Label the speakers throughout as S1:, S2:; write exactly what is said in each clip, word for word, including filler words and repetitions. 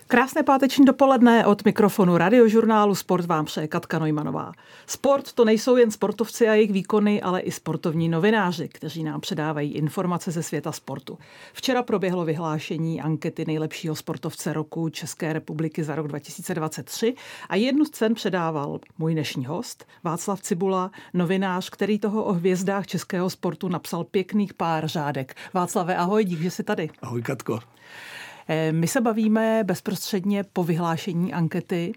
S1: Krásné páteční dopoledne od mikrofonu Radiožurnálu Sport vám přeje Katka Neumannová. Sport to nejsou jen sportovci a jejich výkony, ale i sportovní novináři, kteří nám předávají informace ze světa sportu. Včera proběhlo vyhlášení ankety nejlepšího sportovce roku České republiky za rok dva tisíce dvacet tři a jednu z cen předával můj dnešní host Václav Cibula, novinář, který toho o hvězdách českého sportu napsal pěkných pár řádek. Václave, ahoj, dík, že jsi tady.
S2: Ahoj, Katko.
S1: My se bavíme bezprostředně po vyhlášení ankety,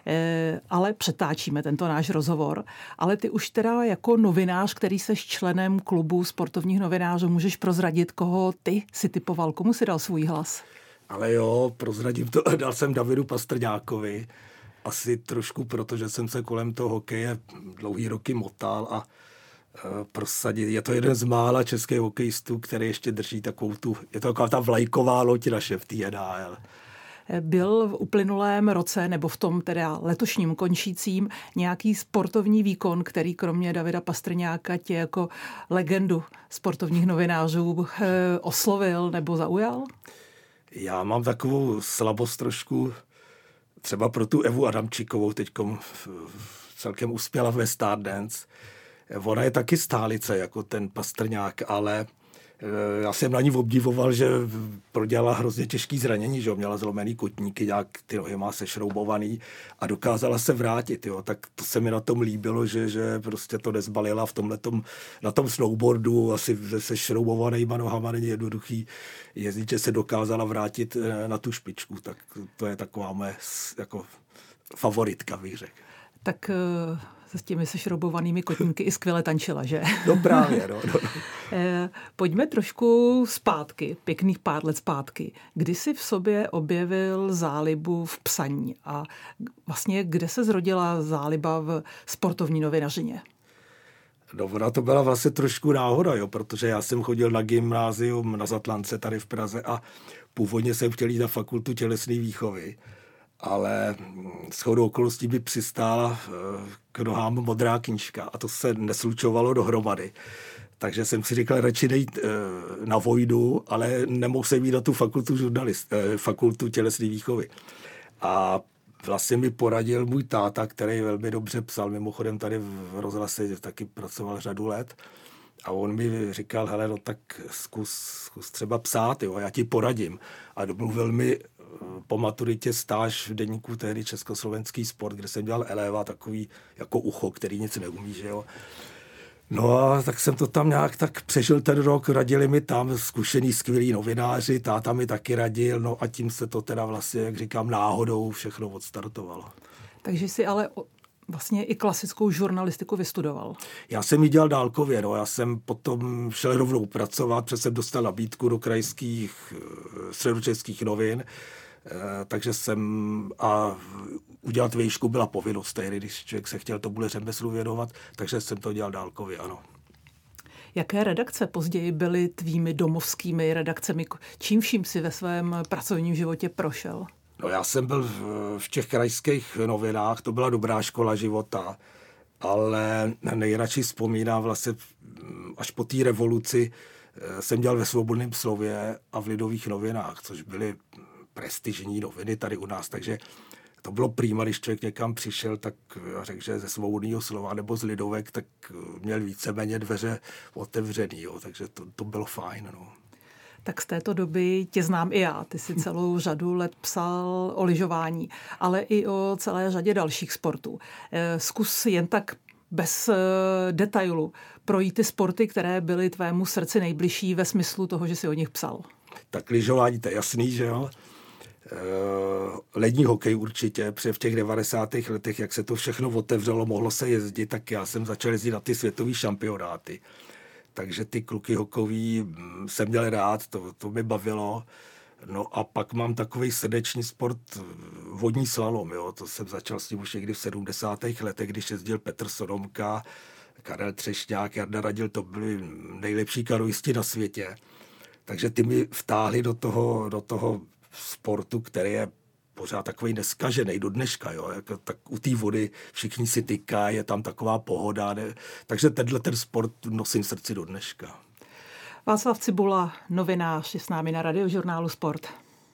S1: ale přetáčíme tento náš rozhovor. Ale ty už teda jako novinář, který seš členem klubu sportovních novinářů, můžeš prozradit, koho ty si typoval, komu si dal svůj hlas?
S2: Ale jo, prozradím to. Dal jsem Davidu Pastrňákovi. Asi trošku, protože jsem se kolem toho hokeje dlouhý roky motal a prosadit. Je to jeden z mála českých hokejistů, který ještě drží takovou tu, je to taková ta vlajková loď naše v té N H L.
S1: Byl v uplynulém roce, nebo v tom teda letošním končícím, nějaký sportovní výkon, který kromě Davida Pastrňáka tě jako legendu sportovních novinářů oslovil nebo zaujal?
S2: Já mám takovou slabost trošku třeba pro tu Evu Adamčíkovou, teďkom celkem uspěla ve Stardance. Ona je taky stálice, jako ten Pastrňák, ale já jsem na ní obdivoval, že prodělala hrozně těžký zranění, že jo, měla zlomený kotníky, nějak ty nohy má sešroubovaný a dokázala se vrátit, jo, tak to se mi na tom líbilo, že, že prostě to nezbalila v tomhletom, na tom snowboardu, asi se sešroubovanýma nohama není jednoduchý jezdit, že se dokázala vrátit na tu špičku, tak to je taková moje jako favoritka, bych řekl.
S1: Tak s těmi sešroubovanými kotníky i skvěle tančila, že?
S2: No právě, no, no.
S1: Pojďme trošku zpátky, pěkných pár let zpátky. Kdy jsi v sobě objevil zálibu v psaní a vlastně kde se zrodila záliba v sportovní novinařině?
S2: No, ona to byla vlastně trošku náhoda, jo, protože já jsem chodil na gymnázium na Zatlance tady v Praze a původně jsem chtěl jít na fakultu tělesné výchovy, ale shodou okolností by přistála k nohám modrá knížka a to se neslučovalo dohromady. Takže jsem si říkal, radši nejít na vojdu, ale nemohl jsem jít na tu fakultu, žurnalist, fakultu tělesné výchovy. A vlastně mi poradil můj táta, který velmi dobře psal, mimochodem tady v rozhlase taky pracoval řadu let. A on mi říkal, hele, no tak zkus, zkus třeba psát, jo, já ti poradím. A domluvil mi po maturitě stáž v deníku tehdy Československý sport, kde jsem dělal eleva, takový jako ucho, který nic neumí, že jo. No a tak jsem to tam nějak tak přežil ten rok, radili mi tam zkušený, skvělí novináři, táta mi taky radil, no a tím se to teda vlastně, jak říkám, náhodou všechno odstartovalo.
S1: Takže si ale vlastně i klasickou žurnalistiku vystudoval.
S2: Já jsem ji dělal dálkově, no. Já jsem potom šel rovnou pracovat, protože jsem dostal nabídku do krajských středočeských novin, takže jsem a udělat výšku byla povinnost tehdy, když člověk se chtěl tomuhle řemeslu věnovat, takže jsem to dělal dálkově, ano.
S1: Jaké redakce později byly tvými domovskými redakcemi? Čím vším si ve svém pracovním životě prošel?
S2: No já jsem byl v těch krajských novinách, to byla dobrá škola života, ale nejradši vzpomínám vlastně až po té revoluci jsem dělal ve Svobodném slově a v Lidových novinách, což byly prestižní noviny tady u nás, takže to bylo prýma, když člověk někam přišel, tak já řekl, že ze Svobodného slova nebo z Lidovek, tak měl víceméně dveře otevřený, jo, takže to, to bylo fajn, no.
S1: Tak z této doby tě znám i já. Ty si celou řadu let psal o lyžování, ale i o celé řadě dalších sportů. Zkus jen tak bez detailu projít ty sporty, které byly tvému srdci nejbližší ve smyslu toho, že jsi o nich psal.
S2: Tak lyžování, to je jasný, že jo. Lední hokej určitě, protože v těch devadesátých letech, jak se to všechno otevřelo, mohlo se jezdit, tak já jsem začal jezdit na ty světové šampionáty. Takže ty kluky hokejový jsem měl rád, to, to mi bavilo. No a pak mám takový srdeční sport, vodní slalom, jo. To jsem začal s tím už někdy v sedmdesátých letech, když jezdil Petr Sodomka, Karel Třešňák, Jarda Radil, to byli nejlepší kanoisti na světě. Takže ty mi vtáhli do toho, do toho sportu, který je pořád takový neskažený do dneška, jo, jako, tak u té vody všichni si tykají, je tam taková pohoda, ne? Takže tenhle ten sport nosím v srdci do dneška.
S1: Václav Cibula, novinář, je s námi na Radiožurnálu Sport.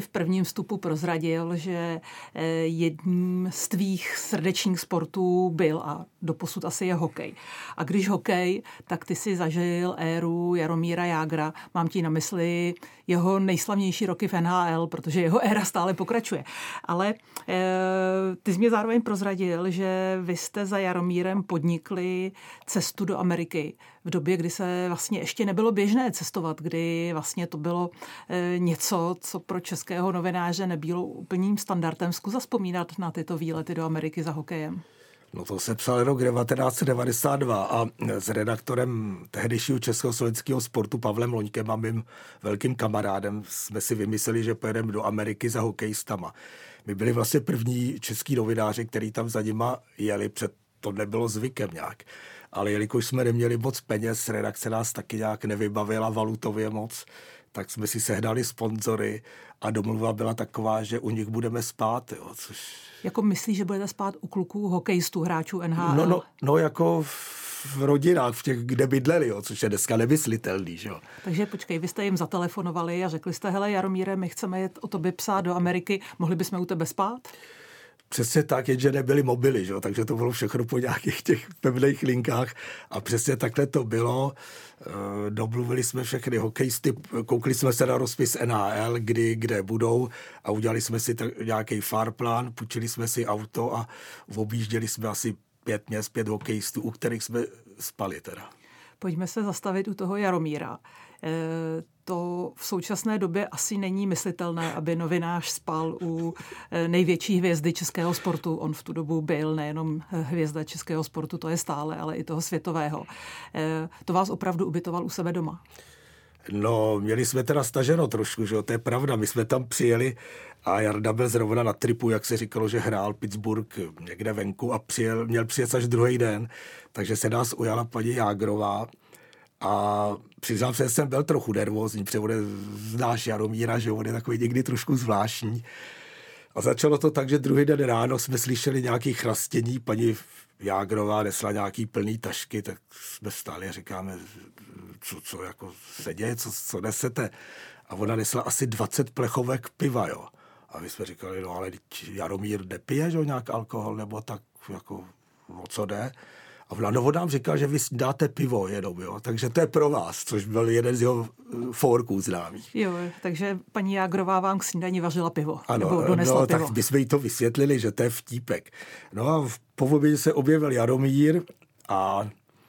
S1: v prvním vstupu prozradil, že jedním z tvých srdečních sportů byl a doposud asi je hokej. A když hokej, tak ty si zažil éru Jaromíra Jágra. Mám ti na mysli jeho nejslavnější roky v N H L, protože jeho éra stále pokračuje. Ale e, ty jsi mě zároveň prozradil, že vy jste za Jaromírem podnikli cestu do Ameriky v době, kdy se vlastně ještě nebylo běžné cestovat, kdy vlastně to bylo e, něco, co pro českého novináře nebylo úplným standardem. Zkus zavzpomínat na tyto výlety do Ameriky za hokejem.
S2: No to se psal rok devatenáct set devadesát dva a s redaktorem tehdejšího československého sportu Pavlem Loňkem a mým velkým kamarádem jsme si vymysleli, že pojedeme do Ameriky za hokejistama. My byli vlastně první český novináři, který tam za nima jeli, před to nebylo zvykem nějak. Ale jelikož jsme neměli moc peněz, redakce nás taky nějak nevybavila valutově moc, tak jsme si sehnali sponzory a domluva byla taková, že u nich budeme spát. Jo, což...
S1: Jako myslíš, že budete spát u kluků, hokejistů, hráčů N H L?
S2: No, no, no jako v rodinách, v těch, kde bydleli, jo, což je dneska nemyslitelný. Že jo.
S1: Takže počkej, vy jste jim zatelefonovali a řekli jste, hele Jaromíre, my chceme jet o tobě psát do Ameriky, mohli bychom u tebe spát?
S2: Přesně tak, jenže nebyly mobily, že? Takže to bylo všechno po nějakých těch pevných linkách a přesně takhle to bylo. Domluvili jsme všechny hokejisty, koukli jsme se na rozpis N H L, kdy, kde budou a udělali jsme si nějaký farplán, půjčili jsme si auto a objížděli jsme asi pět měst, pět hokejistů, u kterých jsme spali teda.
S1: Pojďme se zastavit u toho Jaromíra. E, to v současné době asi není myslitelné, aby novinář spal u největší hvězdy českého sportu. On v tu dobu byl nejenom hvězda českého sportu, to je stále, ale i toho světového. E, to vás opravdu ubytoval u sebe doma?
S2: No, měli jsme teda staženo trošku, že jo, to je pravda. My jsme tam přijeli a Jarda byl zrovna na tripu, jak se říkalo, že hrál Pittsburgh někde venku a přijel, měl přijet až druhý den, takže se nás ujala paní Jágrová a přiznám se, že jsem byl trochu nervózní, protože on je, znáš Jaromíra, že on je takový někdy trošku zvláštní. A začalo to tak, že druhý den ráno jsme slyšeli nějaké chrastění, paní Jágrová nesla nějaký plný tašky, tak jsme stáli a říkáme, co, co jako se děje, co, co nesete. A ona nesla asi dvacet plechovek piva, jo. A my jsme říkali, no ale Jaromír nepije, že nějak alkohol, nebo tak jako o co jde. A Vladovo nám říkal, že vy dáte pivo jenom, jo. Takže to je pro vás, což byl jeden z jeho fórků známých.
S1: Jo, takže paní Jágrová vám k snídani vařila pivo.
S2: Ano,
S1: nebo donesla
S2: no,
S1: pivo.
S2: Tak bychom jí to vysvětlili, že to je vtípek. No a v povodě se objevil Jaromír a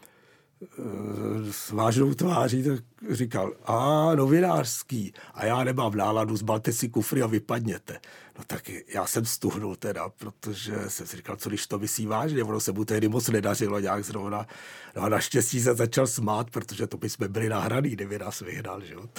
S2: s vážnou tváří tak říkal, a novinářský, a já nemám náladu, zbalte si kufry a vypadněte. No tak já jsem stuhnul teda, protože jsem si říkal, co když to myslí vážně, ono se mu tehdy moc nedařilo nějak zrovna. No a naštěstí se začal smát, protože to bychom byli nahraný, kdyby nás vyhnal, že jo.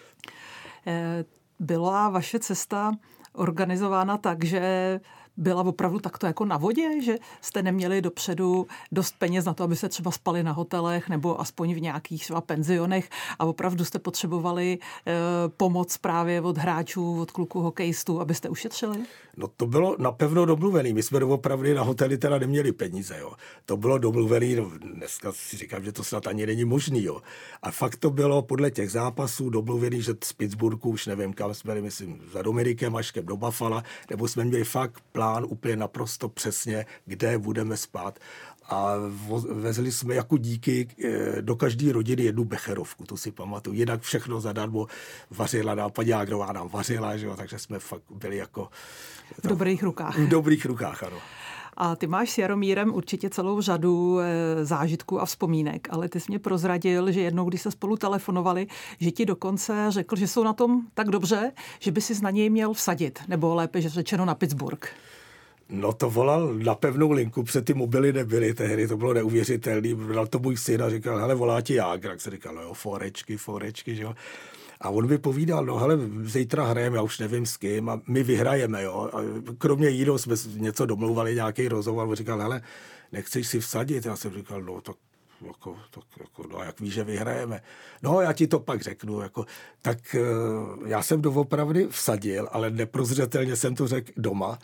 S1: Byla vaše cesta organizována tak, že byla opravdu takto jako na vodě, že jste neměli dopředu dost peněz na to, aby se třeba spali na hotelech nebo aspoň v nějakých třeba penzionech a opravdu jste potřebovali e, pomoc právě od hráčů, od kluků hokejistů, abyste ušetřili?
S2: No to bylo napevno domluvený. My jsme opravdu na hotely teda neměli peníze, jo. To bylo domluvený, no, dneska si říkám, že to snad ani není možný, jo. A fakt to bylo podle těch zápasů domluvený, že z Pittsburghu už nevím, kam jsme, myslím, za Dominikem až do Buffala, nebo jsme měli fakt plán úplně naprosto přesně, kde budeme spát. A vezli jsme jako díky do každé rodiny jednu becherovku, to si pamatuju. Jinak všechno zadarmo vařila nám, paní Jágrová nám vařila, že jo, takže jsme fakt byli jako...
S1: V dobrých rukách.
S2: V dobrých rukách, ano.
S1: A ty máš s Jaromírem určitě celou řadu zážitků a vzpomínek, ale ty jsi mě prozradil, že jednou, když se spolu telefonovali, že ti dokonce řekl, že jsou na tom tak dobře, že by si na něj měl vsadit, nebo lépe že řečeno na Pittsburgh.
S2: No to volal na pevnou linku, protože ty mobily nebyly tehdy, to bylo neuvěřitelný. Dal to můj syn a říkal, hele, volá ti Jágr. Tak se říkal, no jo, forečky, forečky, že jo. A on mi povídal, no hele, zítra hrajeme, já už nevím s kým, a my vyhrajeme, jo. A kromě jiného jsme něco domlouvali, nějaký rozhovor, on říkal, hele, nechceš si vsadit? Já jsem říkal, no tak jako, tak, jako, no jak víš, že vyhrajeme. No já ti to pak řeknu, jako, tak já jsem doopravdy vsadil, ale neprozřetelně jsem to řekl doma.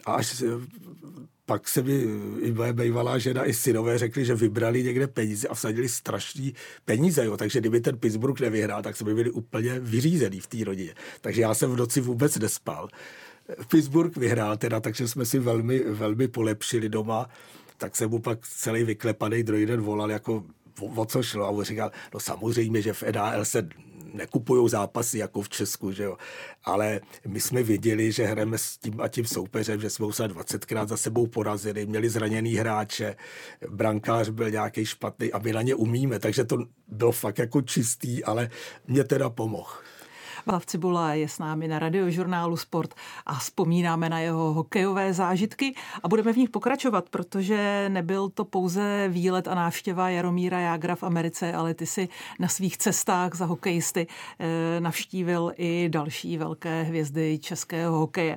S2: A až pak se mi i moje bývalá žena, i synové řekli, že vybrali někde peníze a vsadili strašný peníze. Jo. Takže kdyby ten Pittsburgh nevyhrál, tak jsme byli úplně vyřízený v té rodině. Takže já jsem v noci vůbec nespal. Pittsburgh vyhrál teda, takže jsme si velmi, velmi polepšili doma. Tak jsem mu pak celý vyklepaný druhý den volal, jako o co šlo. A on říkal, no samozřejmě, že v N H L se nekupujou zápasy jako v Česku, že jo. Ale my jsme viděli, že hrajeme s tím a tím soupeřem, že jsme ho dvacetkrát za sebou porazili, měli zraněný hráče, brankář byl nějaký špatný a my na ně umíme, takže to bylo fakt jako čistý, ale mě teda pomohl.
S1: Václav Cibula je s námi na Radiožurnálu Sport a vzpomínáme na jeho hokejové zážitky a budeme v nich pokračovat, protože nebyl to pouze výlet a návštěva Jaromíra Jágra v Americe, ale ty si na svých cestách za hokejisty navštívil i další velké hvězdy českého hokeje.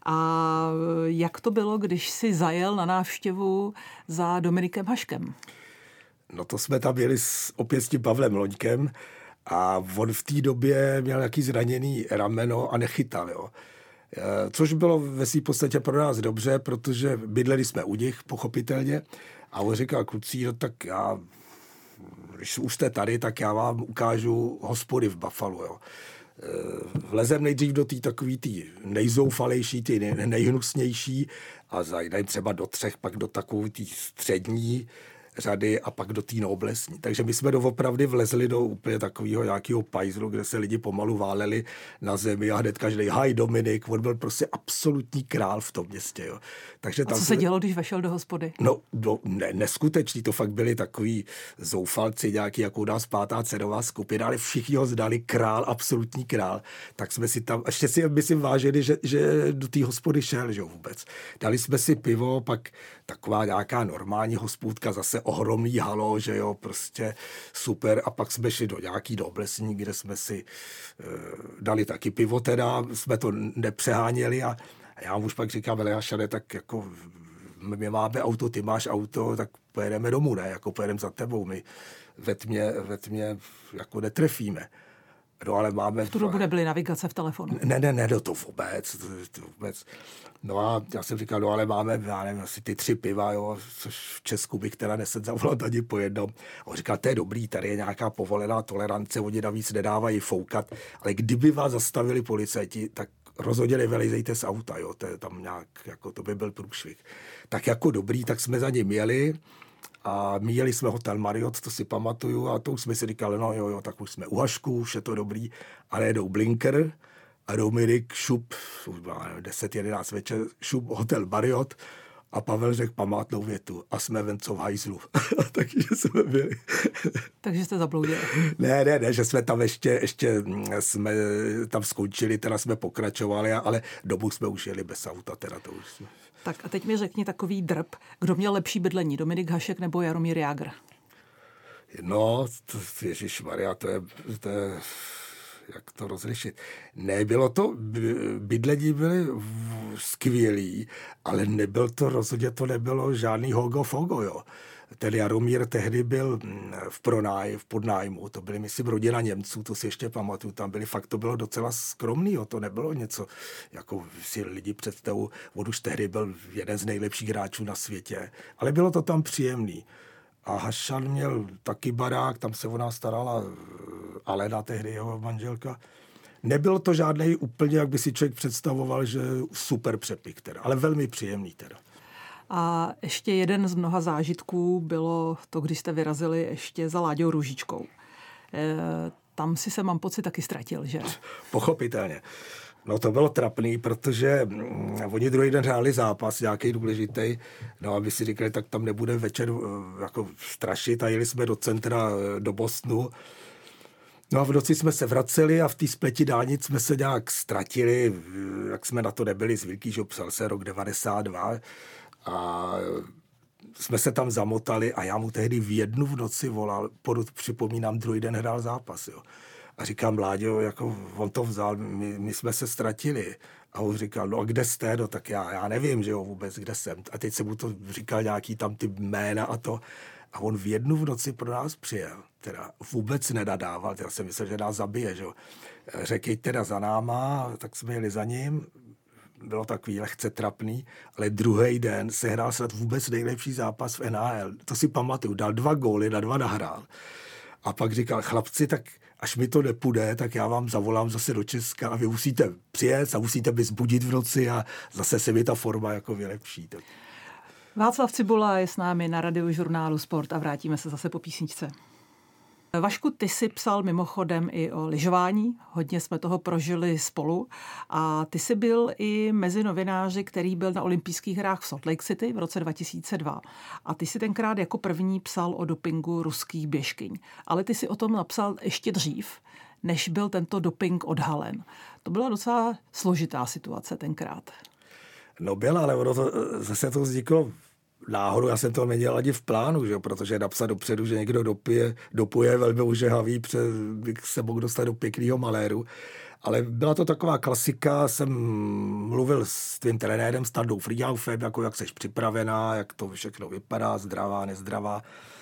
S1: A jak to bylo, když si zajel na návštěvu za Dominikem Haškem?
S2: No to jsme tam byli s, opět s tím Pavlem Loňkem. A on v té době měl nějaký zraněný rameno a nechytal, jo. Což bylo ve své podstatě pro nás dobře, protože bydleli jsme u nich, pochopitelně. A on říkal, kluci, no tak já, když už jste tady, tak já vám ukážu hospody v Buffalo, jo. Vlezem nejdřív do té takový tý nejzoufalejší, ty nejhnusnější a zajdeme třeba do třech, pak do takový tý střední řady a pak do té noblesní. Takže my jsme doopravdy vlezli do úplně takového nějakého pajzlu, kde se lidi pomalu váleli na zemi a hned každý haj Dominik, on byl prostě absolutní král v tom městě. Jo. Takže tam
S1: a co se dělo, když vešel do hospody?
S2: No, do, ne, neskutečný, to fakt byli takový zoufalci, nějaký, jakou nás pátá cenová skupina, ale všichni ho zdali král, absolutní král. Tak jsme si tam, ještě si myslím vážili, že, že do té hospody šel, že jo, vůbec. Dali jsme si pivo, pak taková nějaká normální hospůdka, zase ohromný halo, že jo, prostě super. A pak jsme šli do nějaký noblesní, kde jsme si e, dali taky pivo, teda jsme to nepřeháněli a já mu už pak říkám, ale já šade, tak jako my máme auto, ty máš auto, tak pojedeme domů, ne, jako pojedeme za tebou, my ve tmě, ve tmě jako netrefíme. No, ale máme...
S1: V tu dobu nebyly navigace v telefonu.
S2: Ne, ne, ne, no to vůbec, to, to vůbec. No a já jsem říkal, no ale máme, já nevím, asi ty tři piva, jo, což v Česku bych teda nesed zavolat ani po jednom. On říkal, to je dobrý, tady je nějaká povolená tolerance, oni navíc nedávají foukat, ale kdyby vás zastavili policajti, tak rozhodně nevylejzejte z auta, jo, to je tam nějak, jako to by byl průšvih. Tak jako dobrý, tak jsme za ním jeli a míjeli jsme hotel Marriott, to si pamatuju, a to už jsme si říkali, no jo, jo, tak už jsme u Hašku, už je to dobrý, ale jedou Blinker a Dominik šup, už bylo deset jedenáct večer, šup hotel Marriott a Pavel řekl památnou větu a jsme venco v hajzlu. Takže jsme byli.
S1: Takže jste zabloudili.
S2: Ne, ne, ne, že jsme tam ještě, ještě jsme tam skončili, teda jsme pokračovali, ale domů jsme už jeli bez auta, teda to už jsme.
S1: Tak a teď mi řekni takový drb, kdo měl lepší bydlení, Dominik Hašek nebo Jaromír Jágr?
S2: No, to, ježišmarja, to je, to je, jak to rozlišit. Nebylo to, bydlení byly skvělý, ale nebyl to, rozhodně to nebylo žádný hogo fogo, jo. Ten Jaromír tehdy byl v pronáj, v podnájmu, to byly, myslím, rodina Němců, to si ještě pamatuju, tam byli, fakt to bylo docela skromný, jo. To nebylo něco, jako si lidi představu, on už tehdy byl jeden z nejlepších hráčů na světě, ale bylo to tam příjemný. A Hašan měl taky barák, tam se o nás starala Alena, tehdy jeho manželka. Nebyl to žádnej úplně, jak by si člověk představoval, že super přepik teda, ale velmi příjemný teda.
S1: A ještě jeden z mnoha zážitků bylo to, když jste vyrazili ještě za Láďou Růžičkou. E, tam si se, mám pocit, taky ztratil, že?
S2: Pochopitelně. No to bylo trapný, protože mm, oni druhý den hráli zápas, nějaký důležitý, no a my si říkali, tak tam nebude večer jako strašit a jeli jsme do centra, do Bostonu. No a v noci jsme se vraceli a v té spleti dálnic jsme se nějak ztratili, jak jsme na to nebyli zvyklí, že psal se rok devadesát dva a jsme se tam zamotali a já mu tehdy v jednu v noci volal, porud připomínám, druhý den hrál zápas, jo. A říkám, Láďo, jako on to vzal, my, my jsme se ztratili. A on říkal, no a kde jste? No tak já, já nevím, že jo, vůbec, kde jsem. A teď se mu to říkal nějaký tam ty jména a to. A on v jednu v noci pro nás přijel. Teda vůbec nedadával, já jsem myslel, že nás zabije, že jo. Řekl, teda za náma, tak jsme jeli za ním. bylo takový lehce trapný, ale druhý den se hrál snad vůbec nejlepší zápas v N H L. To si pamatuju, dal dva góly, na dva nahrál. A pak říkal, chlapci, tak až mi to nepůjde, tak já vám zavolám zase do Česka a vy musíte přijet a musíte mě zbudit v noci a zase se mi ta forma jako vylepší. Tak.
S1: Václav Cibula je s námi na Radiožurnálu Sport a vrátíme se zase po písničce. Vašku, ty jsi psal mimochodem i o lyžování, hodně jsme toho prožili spolu a ty jsi byl i mezi novináři, který byl na olympijských hrách v Salt Lake City v roce dva tisíce dva a ty jsi tenkrát jako první psal o dopingu ruských běžkyň, ale ty jsi o tom napsal ještě dřív, než byl tento doping odhalen. To byla docela složitá situace tenkrát.
S2: No byla, ale ono to, zase to vzniklo náhodou, já jsem to nedělal ani v plánu, že? Protože napsat dopředu, že někdo dopije, dopuje velmi užehavý, bych se mohl dostat do pěkného maléru. Ale byla to taková klasika, jsem mluvil s tvým trenérem Standou Friedhaufem, jako jak seš připravená, jak to všechno vypadá, zdravá, nezdravá.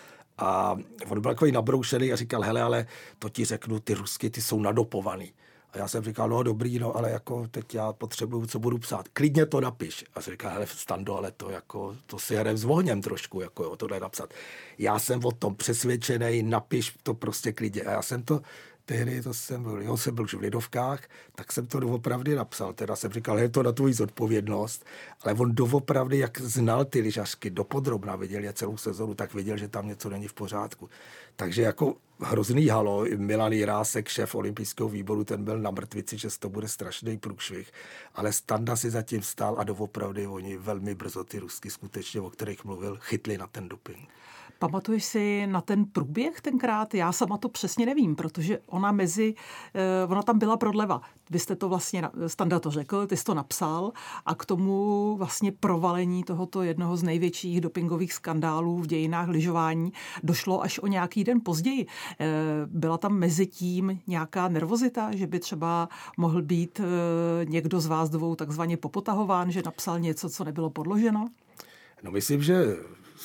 S2: A on byl takový nabroušený a říkal, hele, ale to ti řeknu, ty Rusky, ty jsou nadopovaný. A já jsem říkal, no dobrý, no, ale jako teď já potřebuju, co budu psát. Klidně to napiš. A jsem říkal, hele, Stando, ale to jako, to si hraje s ohněm trošku, jako jo, tohle napsat. Já jsem o tom přesvědčený, napiš to prostě klidně. A já jsem to, tehdy to jsem byl, jo, jsem byl už v Lidovkách, tak jsem to doopravdy napsal. Teda jsem říkal, je to na tvoji zodpovědnost, ale on doopravdy, jak znal ty lyžařky, dopodrobna viděl je celou sezonu, tak viděl, že tam něco není v pořádku. Takže jako hrozný halo, Milan Jirásek, šéf olympijského výboru, ten byl na mrtvici, že to bude strašný průšvih, ale Standa si zatím stál a doopravdy oni velmi brzo ty Rusky skutečně, o kterých mluvil, chytli na ten doping.
S1: Pamatuješ si na ten průběh tenkrát? Já sama to přesně nevím, protože ona mezi, ona tam byla prodleva. Vy jste to vlastně, Standa to řekl, ty jsi to napsal a k tomu vlastně provalení tohoto jednoho z největších dopingových skandálů v dějinách lyžování došlo až o nějaký den později. Byla tam mezi tím nějaká nervozita, že by třeba mohl být někdo z vás dvou takzvaně popotahován, že napsal něco, co nebylo podloženo?
S2: No myslím, že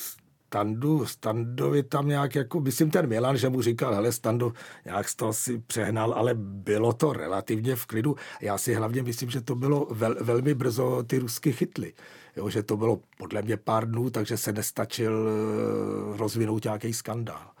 S2: Standu, Standovi tam nějak jako, myslím ten Milan, že mu říkal, hele Stando, nějak z toho si přehnal, ale bylo to relativně v klidu. Já si hlavně myslím, že to bylo vel, velmi brzo ty Rusky chytly. Jo, že to bylo podle mě pár dnů, takže se nestačil rozvinout nějaký skandál.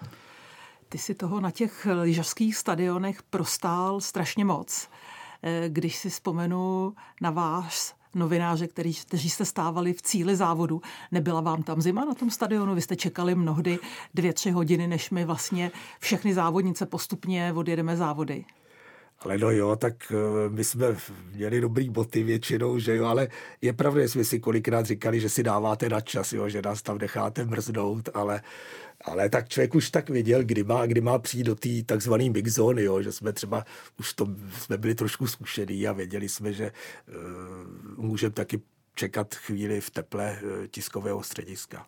S1: Ty si toho na těch lyžařských stadionech prostál strašně moc. Když si vzpomenu na vás, novináře, který, kteří jste stávali v cíli závodu. Nebyla vám tam zima na tom stadionu? Vy jste čekali mnohdy dvě, tři hodiny, než my vlastně všechny závodnice postupně odjedeme závody.
S2: Ale no jo, tak my jsme měli dobrý boty většinou, že jo, ale je pravda, že jsme si kolikrát říkali, že si dáváte na čas, jo, že nás tam necháte mrznout, ale, ale tak člověk už tak věděl, kdy má, kdy má přijít do té takzvané mix zóny, jo, že jsme třeba už to, jsme byli trošku zkušený a věděli jsme, že uh, můžeme taky čekat chvíli v teple uh, tiskového střediska.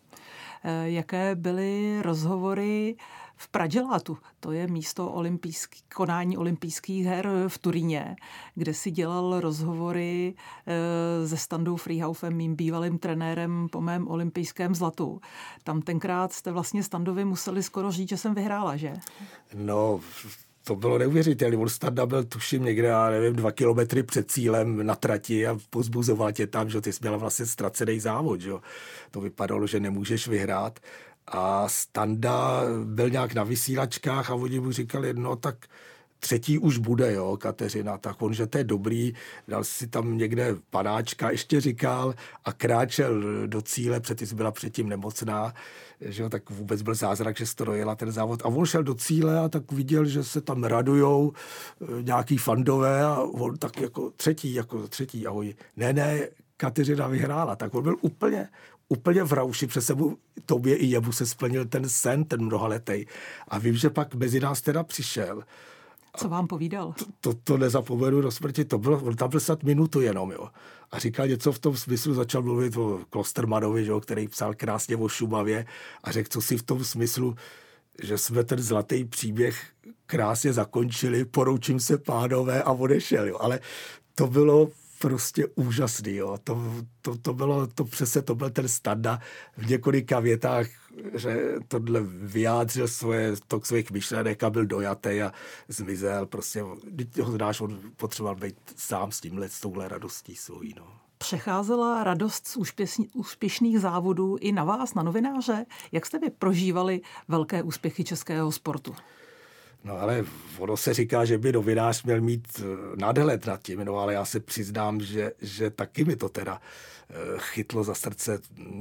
S1: Jaké byly rozhovory v Pradělátu? To je místo olympijský, konání olympijských her v Turíně, kde si dělal rozhovory se Standou Friedhaufem, mým bývalým trenérem po mém olympijském zlatu. Tam tenkrát jste vlastně Standovi museli skoro říct, že jsem vyhrála, že?
S2: No, to bylo neuvěřitelné. On Standa byl, tuším, někde, já nevím, dva kilometry před cílem na trati a pozbuzoval tě tam, že ty jsi měla vlastně ztracený závod, že to vypadalo, že nemůžeš vyhrát. A Standa byl nějak na vysílačkách a oni mu říkali, no tak třetí už bude, jo, Kateřina, tak on, že to je dobrý, dal si tam někde panáčka, ještě říkal a kráčel do cíle, protože jsi byla předtím nemocná, že jo, tak vůbec byl zázrak, že jsi to dojela ten závod a on šel do cíle a tak viděl, že se tam radujou nějaký fandové a on tak jako třetí, jako třetí a oni, ne, ne, Kateřina vyhrála, tak on byl úplně, úplně v rauši, přes sebu tobě i jemu se splnil ten sen, ten mnohaletej a vím, že pak mezi nás teda přišel.
S1: Co vám povídal?
S2: To, to, to nezapomenu do smrti, to bylo, on tam byl snad minutu jenom, jo. A říkal něco v tom smyslu, začal mluvit o Klostermanovi, jo, který psal krásně o Šumavě a řekl, co si v tom smyslu, že jsme ten zlatý příběh krásně zakončili, poroučím se pánové a odešel, jo. Ale to bylo prostě úžasný, jo. To, to, to bylo, to přesně, to byl ten Standa v několika větách, že tohle vyjádřil svoje, to k svých myšlenek a byl dojatý a zmizel, prostě, ho znáš, on potřeboval být sám s tímhle, s touhle radostí svojí, no.
S1: přecházela radost z úspěšných závodů i na vás, na novináře? Jak jste vy prožívali velké úspěchy českého sportu?
S2: No ale ono se říká, že by novinář měl mít nadhled nad tím, no ale já se přiznám, že, že taky mi to teda chytlo za srdce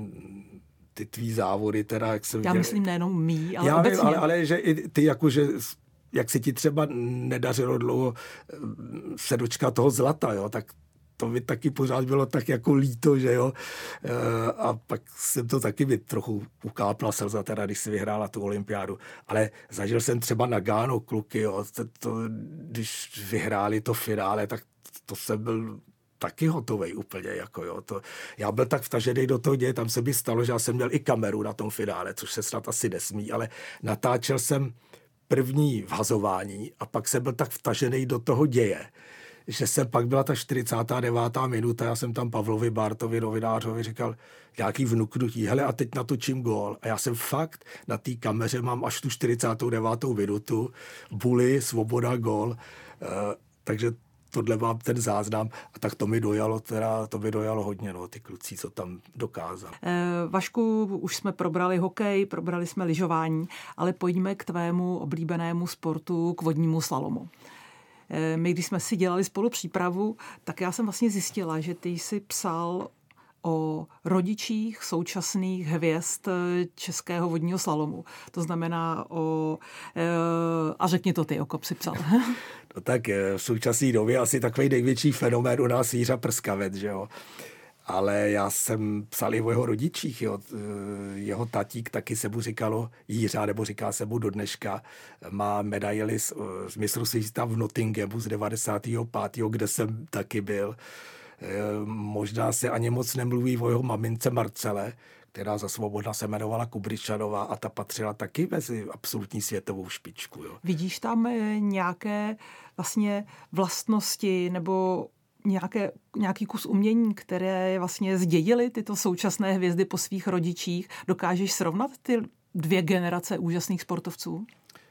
S2: ty tvý závody, teda, jak jsem
S1: Já
S2: viděl.
S1: myslím nejenom mý, ale
S2: já
S1: obecně.
S2: Vím, ale, ale že i ty jakože, jak se ti třeba nedařilo dlouho se dočkat toho zlata, jo, tak to mi taky pořád bylo tak jako líto, že jo. A pak jsem to taky mi trochu ukápla slza, teda, když si vyhrála tu olympiádu. Ale zažil jsem třeba na Gánu kluky, jo. To, to, když vyhráli to finále, tak to jsem byl taky hotovej úplně, jako jo. To, já byl tak vtažený do toho děje, tam se mi stalo, že já jsem měl i kameru na tom finále, což se snad asi nesmí, ale natáčel jsem první vhazování a pak jsem byl tak vtažený do toho děje, že jsem pak byla ta čtyřicátá devátá minuta, já jsem tam Pavlovi Bartovi, novinářovi, říkal nějaký vnuknutí, hele a teď natočím gól. A já jsem fakt na té kameře mám až tu čtyřicátou devátou minutu, Bully, Svoboda, gól. Uh, takže tohle mám ten záznam a tak to mi dojalo, teda to mi dojalo hodně, no, ty kluci, co tam dokázali.
S1: E, Vašku, už jsme probrali hokej, probrali jsme lyžování, ale pojďme k tvému oblíbenému sportu, k vodnímu slalomu. My, když jsme si dělali spolu přípravu, tak já jsem vlastně zjistila, že ty jsi psal o rodičích současných hvězd českého vodního slalomu. To znamená o... A řekni to ty, o kom jsi psal.
S2: No tak v současné době asi takový největší fenomén u nás Jiřa Prskavec, že jo. Ale já jsem psal i o jeho rodičích, jo. Jeho tatík taky se mu říkalo Jiřa, nebo říká se mu do dneška, má medaily z, z mistrovství světa v Nottinghamu z devadesátého pátého kde jsem taky byl. Možná se ani moc nemluví o jeho mamince Marcele, která za svobodna se jmenovala Kubričanová a ta patřila taky mezi absolutní světovou špičku. Jo.
S1: Vidíš tam nějaké vlastně vlastnosti nebo nějaké, nějaký kus umění, které vlastně zdědily tyto současné hvězdy po svých rodičích? Dokážeš srovnat ty dvě generace úžasných sportovců?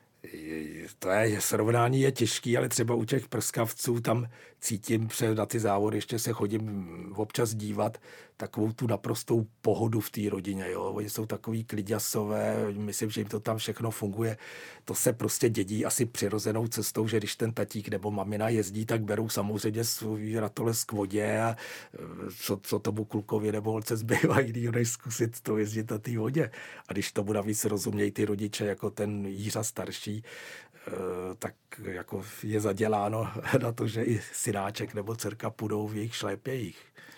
S2: To je, srovnání je těžký, ale třeba u těch prskavců tam cítím, že na ty závody ještě se chodím občas dívat, takovou tu naprostou pohodu v té rodině. Jo. Oni jsou takový kliďasové, myslím, že jim to tam všechno funguje. To se prostě dědí asi přirozenou cestou, že když ten tatík nebo mamina jezdí, tak berou samozřejmě svůj ratolest k vodě a co, co tomu klukovi nebo holce zbývá jinýho, než zkusit to jezdit na té vodě. A když tomu navíc rozumějí ty rodiče, jako ten Jiřa starší, tak jako je zaděláno na to, že i synáček nebo dcerka půjdou v jejich šlépějích.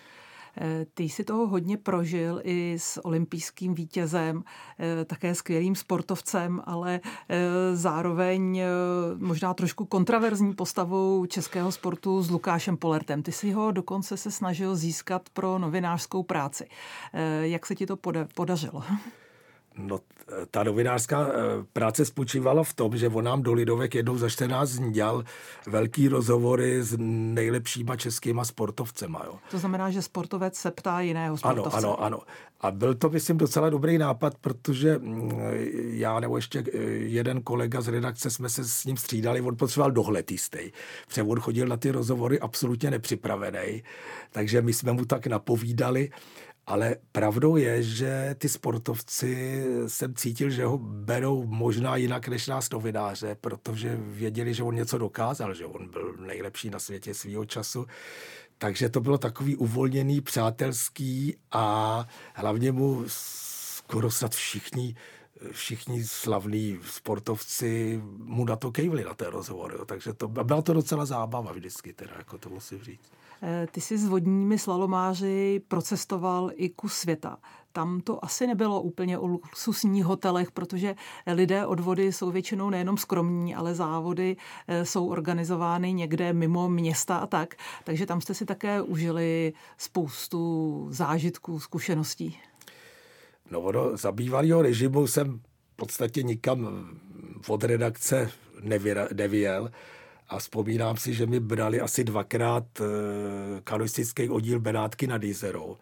S1: Ty jsi toho hodně prožil i s olympijským vítězem, také skvělým sportovcem, ale zároveň možná trošku kontraverzní postavou českého sportu s Lukášem Polertem. Ty si ho dokonce se snažil získat pro novinářskou práci. Jak se ti to podařilo?
S2: No, ta novinářská práce spočívala v tom, že on nám do Lidovek jednou za čtrnáct dní dělal velký rozhovory s nejlepšíma českýma sportovcema. Jo.
S1: To znamená, že sportovec se ptá jiného sportovce.
S2: Ano, ano, ano. A byl to, myslím, docela dobrý nápad, protože já nebo ještě jeden kolega z redakce jsme se s ním střídali, on potřeboval dohled jistý. Protože on chodil na ty rozhovory absolutně nepřipravený, takže my jsme mu tak napovídali. Ale pravdou je, že ty sportovci jsem cítil, že ho berou možná jinak než nás novináře, protože věděli, že on něco dokázal, že on byl nejlepší na světě svýho času. Takže to bylo takový uvolněný, přátelský a hlavně mu skoro snad všichni, všichni slavní sportovci mu na to kejvli na té rozhovory. Takže to, byla to docela zábava vždycky, teda, jako to musím říct.
S1: Ty jsi s vodními slalomáři procestoval i kus světa. Tam to asi nebylo úplně o luxusních hotelech, protože lidé od vody jsou většinou nejenom skromní, ale závody jsou organizovány někde mimo města a tak. Takže tam jste si také užili spoustu zážitků, zkušeností.
S2: No ono, za bývalého režimu jsem v podstatě nikam od redakce nevyjel. A vzpomínám si, že mi brali asi dvakrát kanoistický oddíl Benátky nad Jizerou.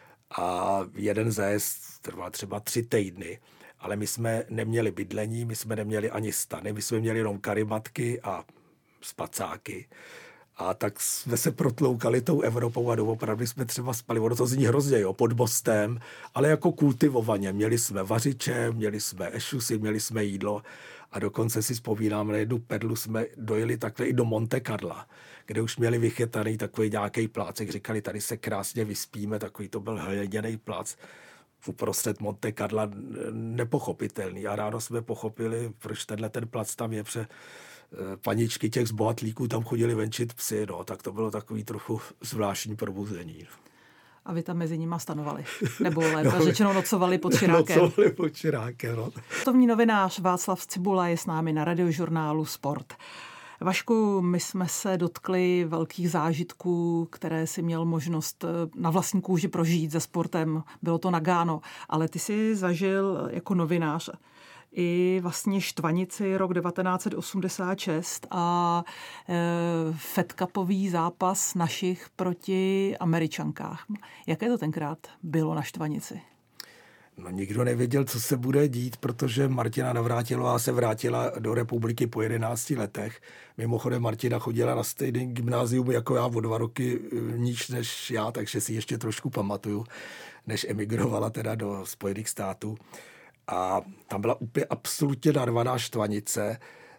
S2: A jeden zájezd trval třeba tři týdny. Ale my jsme neměli bydlení, my jsme neměli ani stany, my jsme měli jenom karimatky a spacáky. A tak jsme se protloukali tou Evropou a doopravdy jsme třeba spali, ono to zní hrozně, jo, pod mostem, ale jako kultivovaně. Měli jsme vařiče, měli jsme ešusy, měli jsme jídlo a dokonce si vzpomínám, na jednu perlu jsme dojeli takhle i do Monte Carla, kde už měli vychytaný takový nějaký plácek. Říkali, tady se krásně vyspíme, takový to byl hleděný plác uprostřed Monte Carla, nepochopitelný. A ráno jsme pochopili, proč tenhle ten plac tam je, pře paničky těch zbohatlíků tam chodili venčit psy, no, tak to bylo takový trochu zvláštní probuzení.
S1: A vy tam mezi nima stanovali? Nebo lépe no, řečeno nocovali pod Čirákem?
S2: Nocovali pod Čirákem, no.
S1: Sportovní novinář Václav Cibula je s námi na Radiožurnálu Sport. Vašku, my jsme se dotkli velkých zážitků, které si měl možnost na vlastní kůži prožít se sportem. Bylo to Nagano, ale ty jsi zažil jako novinář i vlastně Štvanici rok devatenáct osmdesát šest a e, Fed Cupový zápas našich proti Američankách. Jaké to tenkrát bylo na Štvanici?
S2: No nikdo nevěděl, co se bude dít, protože Martina Navrátilová se vrátila do republiky po jedenácti letech. Mimochodem Martina chodila na stejný gymnázium jako já o dva roky níž než já, takže si ještě trošku pamatuju, než emigrovala teda do Spojených států. A tam byla úplně absolutně narvaná Štvanice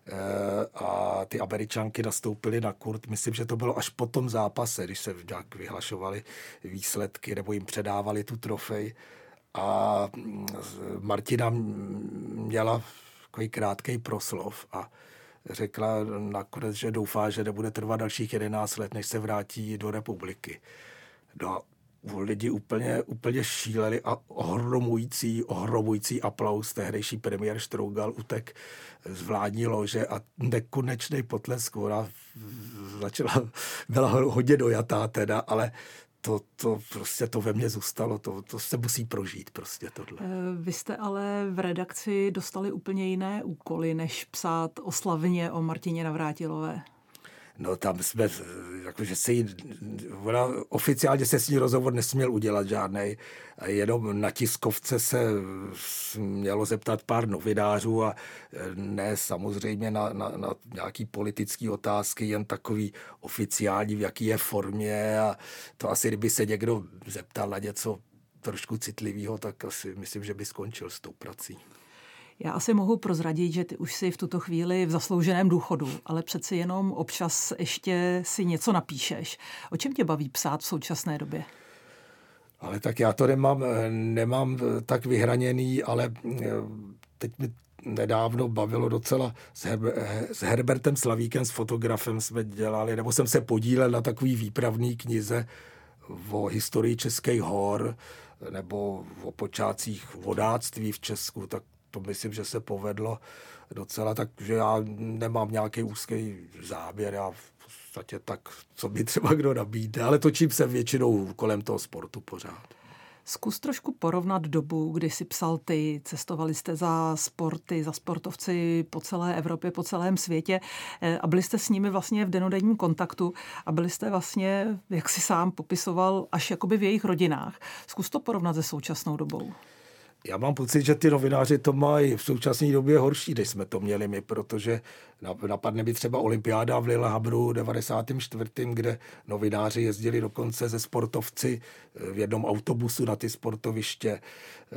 S2: a ty Američanky nastoupily na kurt. Myslím, že to bylo až po tom zápase, když se nějak vyhlašovaly výsledky nebo jim předávali tu trofej. A Martina měla takový krátký proslov a řekla nakonec, že doufá, že nebude trvat dalších jedenáct let, než se vrátí do republiky. No, lidi úplně, úplně šíleli a ohromující, ohromující aplaus. Tehdejší premiér Štrougal utek z vládní lože a nekonečný potlesk. Ona začala, byla hodně dojatá teda, ale To, to prostě to ve mně zůstalo, to, to se musí prožít prostě tohle.
S1: Vy jste ale v redakci dostali úplně jiné úkoly, než psát oslavně o Martině Navrátilové.
S2: No tam jsme, jakože se jí, ona oficiálně se s ní rozhovor nesměl udělat žádnej, jenom na tiskovce se mělo zeptat pár novinářů a ne samozřejmě na, na, na nějaký politický otázky, jen takový oficiální, v jaký je formě a to asi, kdyby se někdo zeptal na něco trošku citlivého, tak asi myslím, že by skončil s tou prací.
S1: Já asi mohu prozradit, že ty už jsi v tuto chvíli v zaslouženém důchodu, ale přeci jenom občas ještě si něco napíšeš. O čem tě baví psát v současné době?
S2: Ale tak já to nemám, nemám tak vyhraněný, ale teď mi nedávno bavilo docela s, Her- s Herbertem Slavíkem, s fotografem jsme dělali, nebo jsem se podílel na takový výpravný knize o historii Českých hor nebo o počátcích vodáctví v Česku, tak to myslím, že se povedlo docela, takže já nemám nějaký úzký záběr, já v podstatě tak, co by třeba kdo nabídne, ale točím se většinou kolem toho sportu pořád.
S1: Zkus trošku porovnat dobu, kdy jsi psal ty, cestovali jste za sporty, za sportovci po celé Evropě, po celém světě a byli jste s nimi vlastně v dennodenním kontaktu a byli jste vlastně, jak si sám popisoval, až jakoby v jejich rodinách. Zkus to porovnat se současnou dobou.
S2: Já mám pocit, že ty novináři to mají v současné době horší, než jsme to měli my, protože napadne mi třeba olympiáda v Lillehammru devadesátém čtvrtém, kde novináři jezdili dokonce ze sportovci v jednom autobusu na ty sportoviště. E,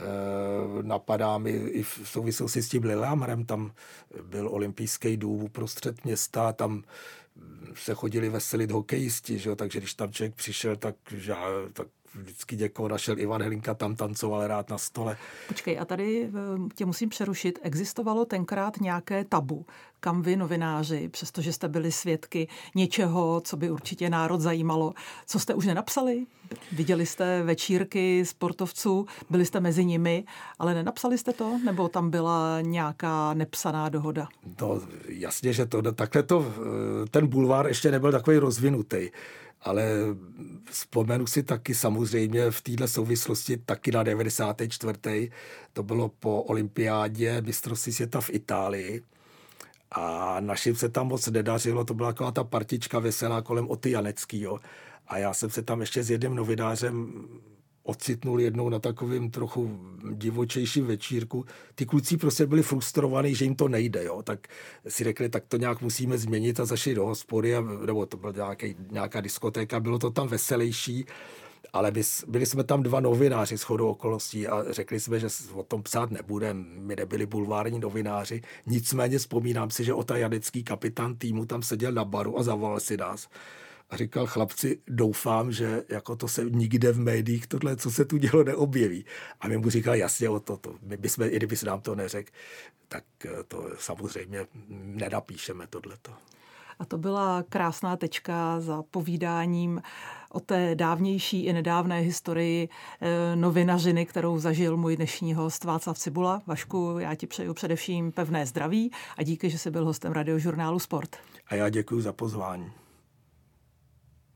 S2: napadá mi i v souvislosti s tím Lillehammerem, tam byl olympijský dům uprostřed města, tam se chodili veselit hokejisti, že jo? Takže když tam člověk přišel, tak, že, tak vždycky někoho našel. Ivan Hlinka tam tancoval rád na stole.
S1: Počkej, a tady tě musím přerušit. Existovalo tenkrát nějaké tabu, kam vy novináři, přestože jste byli svědky něčeho, co by určitě národ zajímalo, co jste už nenapsali? Viděli jste večírky sportovců, byli jste mezi nimi, ale nenapsali jste to? Nebo tam byla nějaká nepsaná dohoda?
S2: No, jasně, že to takhle to, ten bulvár ještě nebyl takový rozvinutý. Ale vzpomenu si taky samozřejmě v této souvislosti taky na devadesátém čtvrtém To bylo po olympiádě mistrovství světa v Itálii a našim se tam moc nedařilo, to byla taková ta partička veselá kolem Oty Janeckýho a já jsem se tam ještě s jedním novinářem ocitnul jednou na takovým trochu divočejším večírku. Ty kluci prostě byli frustrovaní, že jim to nejde, jo. Tak si řekli, tak to nějak musíme změnit a zašli do hospody, a, nebo to byla nějaký, nějaká diskotéka, bylo to tam veselější, ale my, byli jsme tam dva novináři shodou okolností a řekli jsme, že o tom psát nebudeme, my nebyli bulvární novináři, nicméně vzpomínám si, že Ota Janecký, kapitán týmu, tam seděl na baru a zavolal si nás. A říkal, chlapci, doufám, že jako to se nikde v médiích tohle, co se tu dělo, neobjeví. A my mu říkal, jasně, o to, to. My bychom, i kdyby se nám to neřekl, tak to samozřejmě nenapíšeme tohleto.
S1: A to byla krásná tečka za povídáním o té dávnější i nedávné historii e, novinařiny, kterou zažil můj dnešní host Václav Cibula. Vašku, já ti přeju především pevné zdraví a díky, že jsi byl hostem Radiožurnálu Sport.
S2: A já děkuji za pozvání.